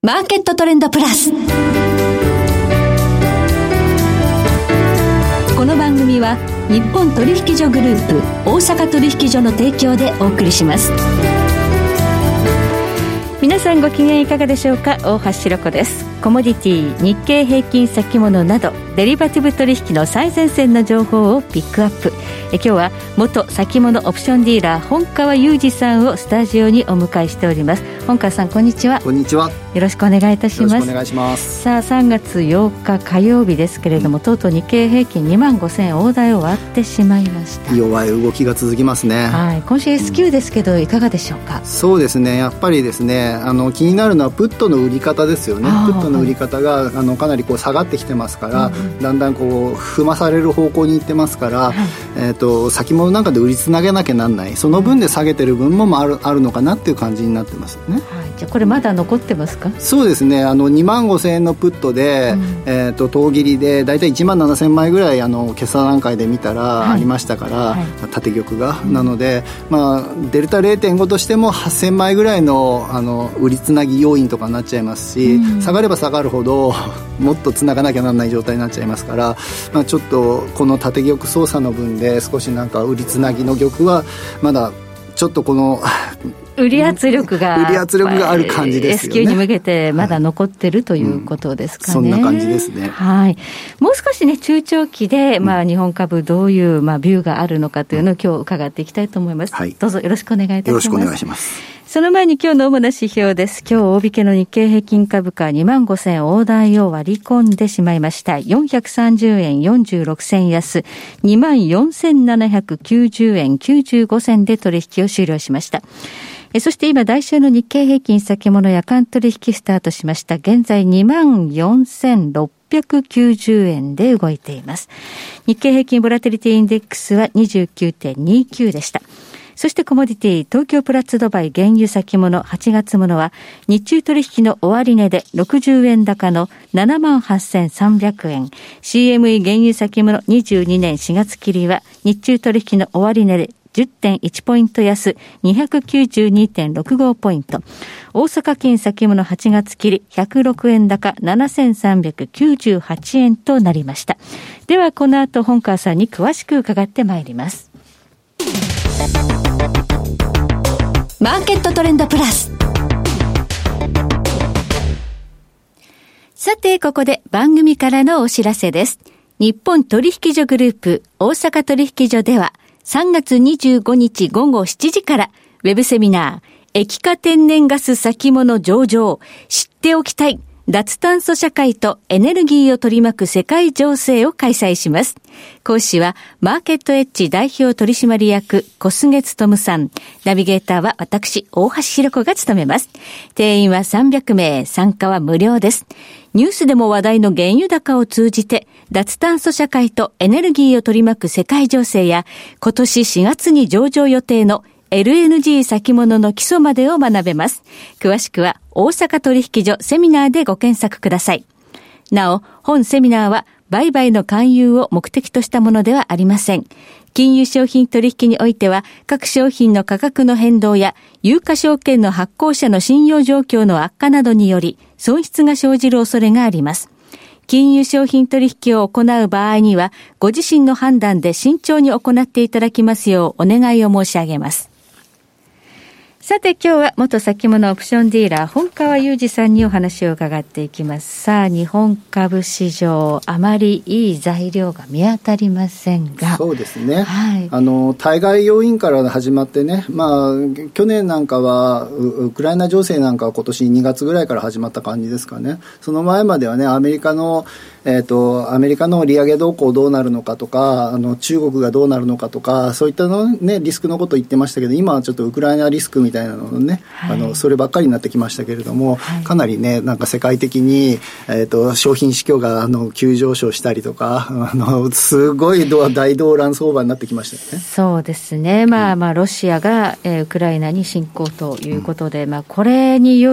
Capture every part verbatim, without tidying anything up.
マーケットトレンドプラス。この番組は日本取引所グループ大阪取引所の提供でお送りします。 皆さんご機嫌いかがでしょうか。大橋ひろ子です。コモディティ、日経平均先物などデリバティブ取引の最前線の情報をピックアップ。え今日は元先物オプションディーラー本川雄二さんをスタジオにお迎えしております。本川さん、こんにちは。 こんにちは。 よろしくお願いいたします。 よろしくお願いします。 さあさんがつようか火曜日ですけれども、うん、とうとう日経平均にまんごせん大台を割ってしまいました。 弱い動きが続きますね。 はい、今週 S q ですけど、うん、いかがでしょうか。 そうですね、やっぱりですね、あの気になるのはプットの売り方ですよね。プットの売り方が、はい、あのかなりこう下がってきてますから、うん、だんだんこう踏まされる方向に行ってますから、はい、えー、と先物なんかで売りつなげなきゃなんない、その分で下げてる分もある、あるのかなっていう感じになってますね。はい、 じゃあこれまだ残ってますか。 そうですね、あのにまんごせんえんのプットで、うん、えー、と当切りでだいたいいちまんななせんまいぐらいあの決算段階で見たらありましたから、はいはい、縦玉が、うん、なので、まあ、デルタ れいてんご としてもはっせんまいぐらい の, あの売りつなぎ要因とかになっちゃいますし、うん、下がれば下がるほどもっとつながなきゃならない状態になっちゃいますから、まあ、ちょっとこの縦玉操作の分で少しなんか売りつなぎの玉はまだちょっとこの売り圧力が売り圧力がある感じですよね。 S q に向けてまだ残ってるということですかね。 うん、そんな感じですね。 はい、もう少しね中長期で、まあ、日本株どういう、まあ、ビューがあるのかというのを今日伺っていきたいと思います。はい、どうぞよろしくお願いいたします。 よろしくお願いします。 その前に今日の主な指標です。今日大引けの日経平均株価にまんごせん大台を割り込んでしまいました。よんひゃくさんじゅうえんよんじゅうろく銭安 にまんよんせんななひゃくきゅうじゅうえんきゅうじゅうご銭で取引を終了しました。えそして今来週の日経平均先物夜間取引スタートしました。現在 にまんよんせんろっぴゃくきゅうじゅうえんで動いています。日経平均ボラティリティインデックスは にじゅうきゅうてんにきゅう でした。そしてコモディティ東京プラッツドバイ原油先物はちがつものは日中取引の終値でろくじゅうえん高の ななまんはっせんさんびゃくえん、 シーエムイ 原油先物にじゅうにねんしがつ切りは日中取引の終値でじゅってんいちポイント安 にひゃくきゅうじゅうにてんろくご ポイント、大阪金先物はちがつ切りひゃくろくえん高ななせんさんびゃくきゅうじゅうはちえんとなりました。ではこの後本川さんに詳しく伺ってまいります。 マーケットトレンドプラス。 さてここで番組からのお知らせです。日本取引所グループ大阪取引所ではさんがつにじゅうごにちごごしちじからウェブセミナー液化天然ガス先物上場知っておきたい脱炭素社会とエネルギーを取り巻く世界情勢を開催します。講師はマーケットエッジ代表取締役小菅勉さん。ナビゲーターは私大橋ひろ子が務めます。定員はさんびゃくめい、参加は無料です。ニュースでも話題の原油高を通じて脱炭素社会とエネルギーを取り巻く世界情勢や今年しがつに上場予定のエルエヌジー 先物の基礎までを学べます。詳しくは大阪取引所セミナーでご検索ください。なお、本セミナーは売買の勧誘を目的としたものではありません。金融商品取引においては各商品の価格の変動や有価証券の発行者の信用状況の悪化などにより損失が生じる恐れがあります。金融商品取引を行う場合にはご自身の判断で慎重に行っていただきますようお願いを申し上げます。さて今日は元先物オプションディーラー本川雄二さんにお話を伺っていきます。さあ日本株市場あまりいい材料が見当たりませんが。 そうですね、 はい、 あの対外要因から始まってね、まあ、去年なんかは ウ, ウクライナ情勢なんかは今年にがつぐらいから始まった感じですかね。その前まではねアメリカのえーと、アメリカの利上げ動向どうなるのかとかあの中国がどうなるのかとかそういったの、ね、リスクのことを言ってましたけど今はちょっとウクライナリスクみたいなのね、はい、あのそればっかりになってきましたけれども、はい、かなりねなんか世界的に、えーと、商品市況があの急上昇したりとかあのすごい大動乱相場になってきましたよね。 そうですね、まあまあ、ロシアが、えー、ウクライナに侵攻ということで、うんまあ、これによる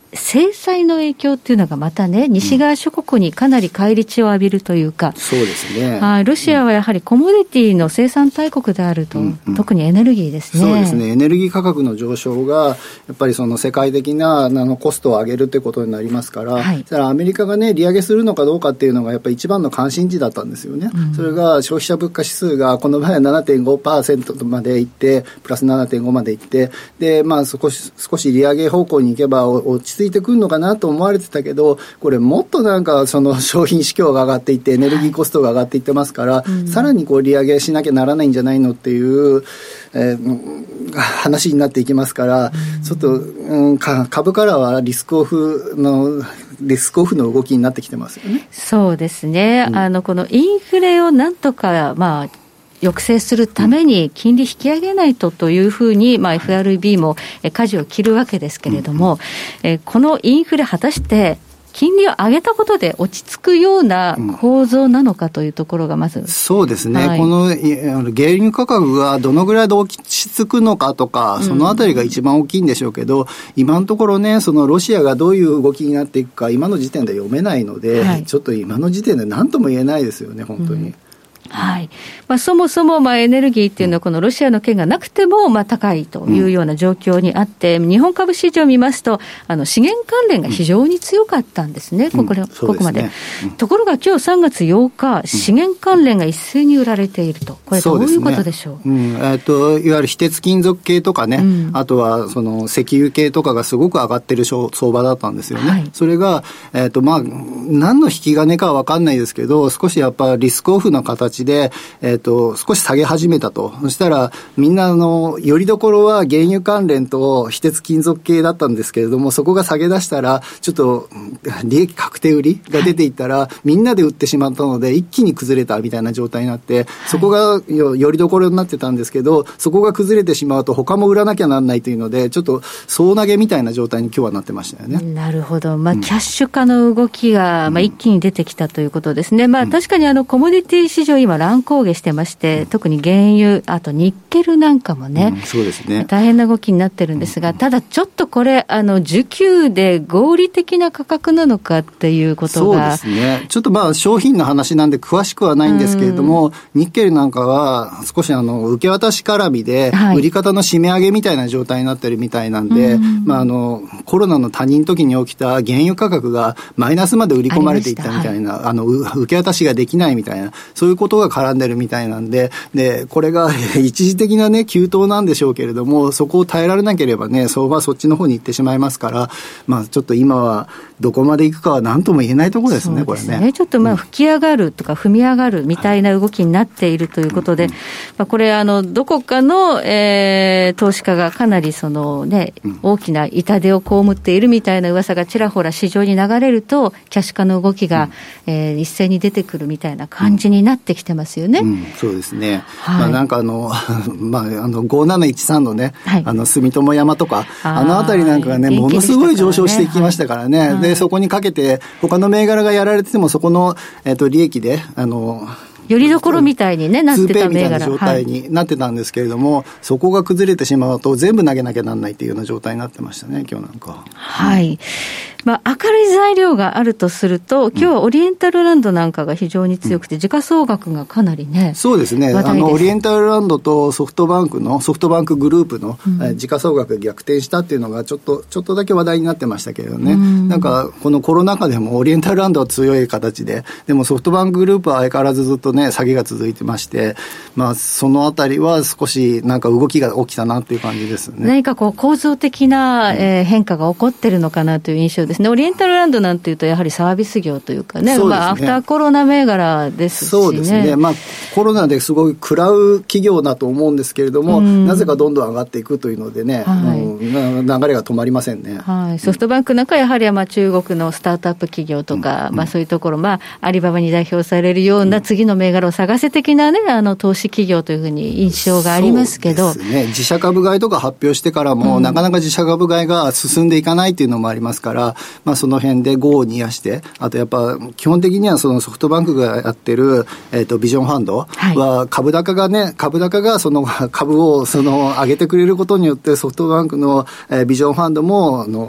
制裁の影響っていうのがまたね、西側諸国にかなり返り血を浴びるというか、 うん、そうですね。 あ、ロシアはやはりコモディティの生産大国であると、うんうん、特にエネルギーですね。 そうですね。エネルギー価格の上昇がやっぱりその世界的なあのコストを上げるということになりますから、はい、だからアメリカがね利上げするのかどうかっていうのがやっぱり一番の関心事だったんですよね、うん、それが消費者物価指数がこの場合は ななてんごパーセント までいってプラス ななてんご までいってで、まあ、少し少し利上げ方向に行けば落ち着いてくるのかなと思われてたけど、これもっとなんかその商品市況が上がっていってエネルギーコストが上がっていってますから、はい、さらにこう利上げしなきゃならないんじゃないのっていう、えー、話になっていきますから、うん、ちょっと、うん、か株からはリスクオフのリスクオフの動きになってきてますよね。 そうですね、うん、あのこのインフレをなんとかまあ抑制するために金利引き上げないとというふうに、まあ、エフアールビー も舵を切るわけですけれども、えこのインフレ果たして金利を上げたことで落ち着くような構造なのかというところがまず、うん、 そうですね、はい、この原油価格がどのぐらいで落ち着くのかとかそのあたりが一番大きいんでしょうけど、うん、今のところねそのロシアがどういう動きになっていくか今の時点で読めないので、はい、ちょっと今の時点で何とも言えないですよね本当に、うんはい、まあ、そもそもまあエネルギーっていうのはこのロシアの件がなくてもまあ高いというような状況にあって、うん、日本株市場を見ますとあの資源関連が非常に強かったんですね、うん、ここ, ここまで、うん、ところが今日さんがつようか資源関連が一斉に売られていると、これどういうことでしょう。 そうですね、うん、えー、といわゆる非鉄金属系とかね、うん、あとはその石油系とかがすごく上がってる相場だったんですよね、はい、それが、えーとまあ、何の引き金かは分かんないですけど少しやっぱリスクオフの形で、えー、と少し下げ始めたと。そしたらみんなのよりどころは原油関連と非鉄金属系だったんですけれどもそこが下げ出したらちょっと利益確定売りが出ていったら、はい、みんなで売ってしまったので一気に崩れたみたいな状態になって、はい、そこが よ, よりどころになってたんですけどそこが崩れてしまうと他も売らなきゃなんないというのでちょっと総投げみたいな状態に今日はなってましたよね。 なるほど、まあ、キャッシュ化の動きが、うんまあ、一気に出てきたということですね、まあ、確かにあのコモディティ市場今乱高下してまして、うん、特に原油あとニッケルなんかもね、うん、 そうですね、 大変な動きになってるんですが、うん、ただちょっとこれあの需給で合理的な価格なのかっていうことがそうですね、ちょっとまあ商品の話なんで詳しくはないんですけれども、うん、ニッケルなんかは少しあの受け渡し絡みで売り方の締め上げみたいな状態になってるみたいなんで、はい、まあ、あのコロナの他人の時に起きた原油価格がマイナスまで売り込まれていったみたいな、あ、はい、あの受け渡しができないみたいなそういうことが絡んでるみたいなんで、でこれが一時的なね急騰なんでしょうけれどもそこを耐えられなければね相場はそっちの方に行ってしまいますから、まあ、ちょっと今はどこまで行くかは何とも言えないところですね。 そうですね、 これねちょっとまあ吹き上がるとか踏み上がるみたいな動きになっているということで、はい、まあ、これあのどこかの、えー、投資家がかなりその、ね、大きな痛手を被っているみたいな噂がちらほら市場に流れるとキャッシュ化の動きが、うん、えー、一斉に出てくるみたいな感じになってきてますよね、 うんうん、そうですね、はい、まあ、なんかあの、まあ、あのごなないちさんのね、はい、あの住友山とかあのあたりなんかがねものすごい上昇していきましたからね、はい、でそこにかけて他の銘柄がやられててもそこの、えー、と利益であのよりどころみたいに、ね、なってた銘柄ツーペイみたいな状態になってたんですけれども、はい、そこが崩れてしまうと全部投げなきゃなんないっていうような状態になってましたね今日なんか。 はい、まあ、明るい材料があるとすると今日はオリエンタルランドなんかが非常に強くて、うん、時価総額がかなりね、 そうですね、あのオリエンタルランドとソフトバンクのソフトバンクグループの、うん、え時価総額が逆転したっていうのがちょっとちょっとだけ話題になってましたけどね、うん、なんかこのコロナ禍でもオリエンタルランドは強い形ででもソフトバンクグループは相変わらずずっとね下げが続いてまして、まあ、そのあたりは少しなんか動きが起きたなっていう感じですね。 何かこう構造的な、えー、変化が起こってるのかなという印象ですね。オリエンタルランドなんていうとやはりサービス業というか ね, うね、まあ、アフターコロナ銘柄ですしね。 そうですね、まあ、コロナですごい食らう企業だと思うんですけれども、うん、なぜかどんどん上がっていくというのでね、はい、うん、流れが止まりませんね、 はい、ソフトバンクなんかやはりまあ中国のスタートアップ企業とか、うん、まあ、そういうところ、まあ、アリババに代表されるような次の銘柄を探せ的な、ね、あの投資企業というふうに印象がありますけど、 そうですね、自社株買いとか発表してからも、うん、なかなか自社株買いが進んでいかないというのもありますから、まあ、その辺で業を煮やして、あとやっぱ基本的にはそのソフトバンクがやってる、えーと、ビジョンファンドは株高がね、株高がその株をその上げてくれることによってソフトバンクの、えー、ビジョンファンドもあの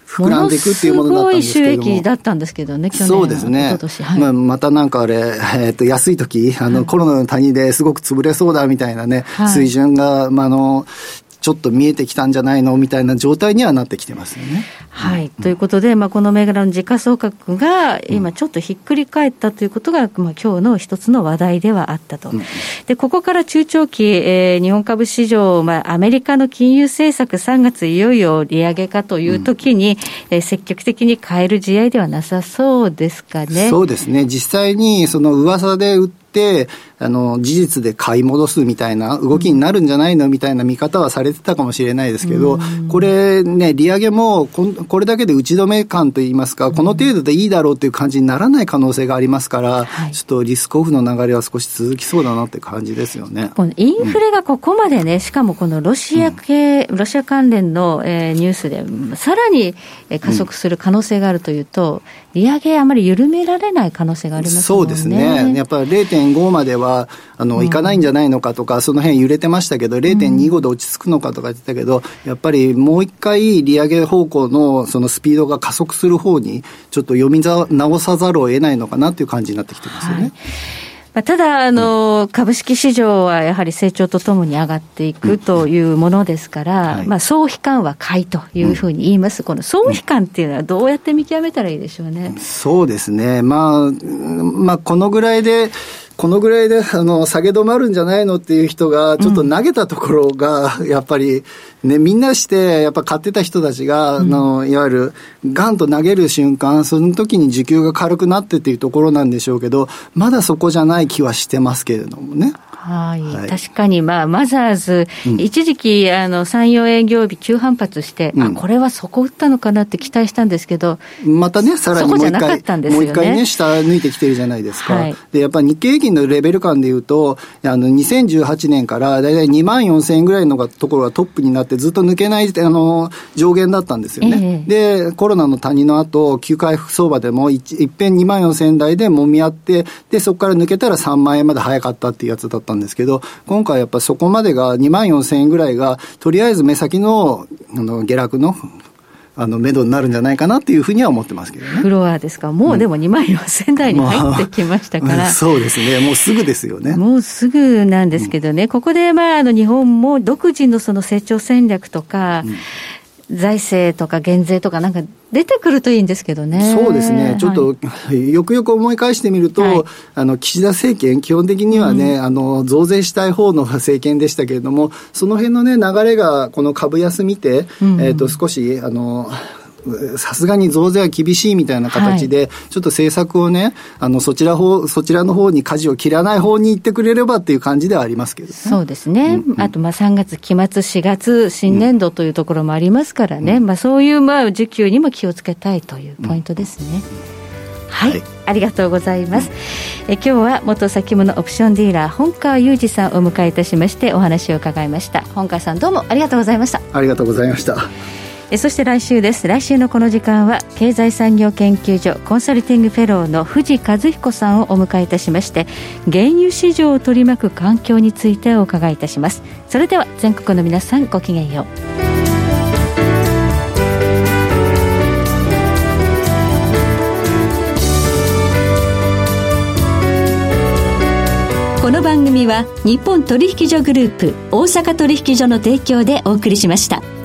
膨らんでいくっていうものだったんですけども、 すごい収益だったんですけどね、去年、 そうですね、 一昨年、はい、 まあ、またなんかあれ、えー、と安い時あの、はい、コロナの谷ですごく潰れそうだみたいなね、はい、水準が、まあ、あのちょっと見えてきたんじゃないのみたいな状態にはなってきてますよね。 はい、うん、ということで、まあ、この銘柄の時価総額が今ちょっとひっくり返ったということが、まあ、今日の一つの話題ではあったと、うん、でここから中長期、えー、日本株市場、まあ、アメリカの金融政策さんがついよいよ利上げかというときに、うん、えー、積極的に買える試合ではなさそうですかね。 そうですね、実際にその噂で売ってであの事実で買い戻すみたいな動きになるんじゃないのみたいな見方はされてたかもしれないですけど、うん、これね、利上げもここれだけで打ち止め感といいますか、この程度でいいだろうという感じにならない可能性がありますから、はい、ちょっとリスクオフの流れは少し続きそうだなって感じですよね。 このインフレがここまでね、うん、しかもこのロシア系、うん、ロシア関連の、えー、ニュースでさらに加速する可能性があるというと、うん、利上げあまり緩められない可能性がありますもんね。 そうですね、やっぱり れいてんご まではあの、うん、いかないんじゃないのかとか、その辺揺れてましたけど れいてんにご で落ち着くのかとか言ってたけど、やっぱりもう一回利上げ方向のそのスピードが加速する方にちょっと読み直さざるを得ないのかなという感じになってきてますよね。はい、 まあ、ただあの、うん、株式市場はやはり成長とともに上がっていくというものですから、うん、はい、まあ、総悲観は買いというふうに言います、うん、この総悲観っていうのはどうやって見極めたらいいでしょうね。 うん、そうですね、まあまあ、このぐらいでこのぐらいであの下げ止まるんじゃないのっていう人がちょっと投げたところが、うん、やっぱりね、みんなしてやっぱ買ってた人たちが、うん、あのいわゆるガンと投げる瞬間、その時に需給が軽くなってっていうところなんでしょうけど、まだそこじゃない気はしてますけれどもね。 はい、はい、確かに、まあ、マザーズ、うん、一時期あのさん、よ営業日急反発して、うん、あ、これはそこ打ったのかなって期待したんですけど、 またね、さらにもう一回、ね、もう一回ね、下抜いてきてるじゃないですか。はい、でやっぱり日経平均のレベル感でいうと、あのにせんじゅうはちねんからだいたいにまんよんせんえんぐらいのところがトップになってずっと抜けないあの上限だったんですよね。えー、でコロナの谷の後急回復相場でもいっぺんにまんよんせんえん台で揉み合って、でそこから抜けたらさんまんえんまで早かったっていうやつだったんですけど、今回やっぱそこまでがにまんよんせんえんぐらいがとりあえず目先 の, あの下落のあの目処になるんじゃないかなっていうふうには思ってますけどね。 フロアですか。もうでもにまんよんせん台に入ってきましたから、まあ、 そうですね、もうすぐですよね。 もうすぐなんですけどね、うん、ここで、まあ、あの日本も独自のその成長戦略とか、うん、財政とか減税とかなんか出てくるといいんですけどね。 そうですね、ちょっと、はい、よくよく思い返してみると、はい、あの岸田政権基本的にはね、うん、あの増税したい方の政権でしたけれども、その辺のね流れがこの株安見て、うん、えーと少しあのさすがに増税は厳しいみたいな形で、はい、ちょっと政策をね、あのそちら方そちらの方に舵を切らない方に行ってくれればっていう感じではありますけどね。 そうですね、うんうん、あとまあさんがつ期末しがつ新年度というところもありますからね、うん、まあ、そういうまあ需給にも気をつけたいというポイントですね。うん、はい、はい、ありがとうございます。え今日は元先物オプションディーラー本川雄二さんをお迎えいたしましてお話を伺いました。本川さん、どうもありがとうございました。 ありがとうございました。 えそして来週です。来週のこの時間は経済産業研究所コンサルティングフェローの藤和彦さんをお迎えいたしまして、原油市場を取り巻く環境についてお伺いいたします。それでは全国の皆さん、ごきげんよう。この番組は日本取引所グループ大阪取引所の提供でお送りしました。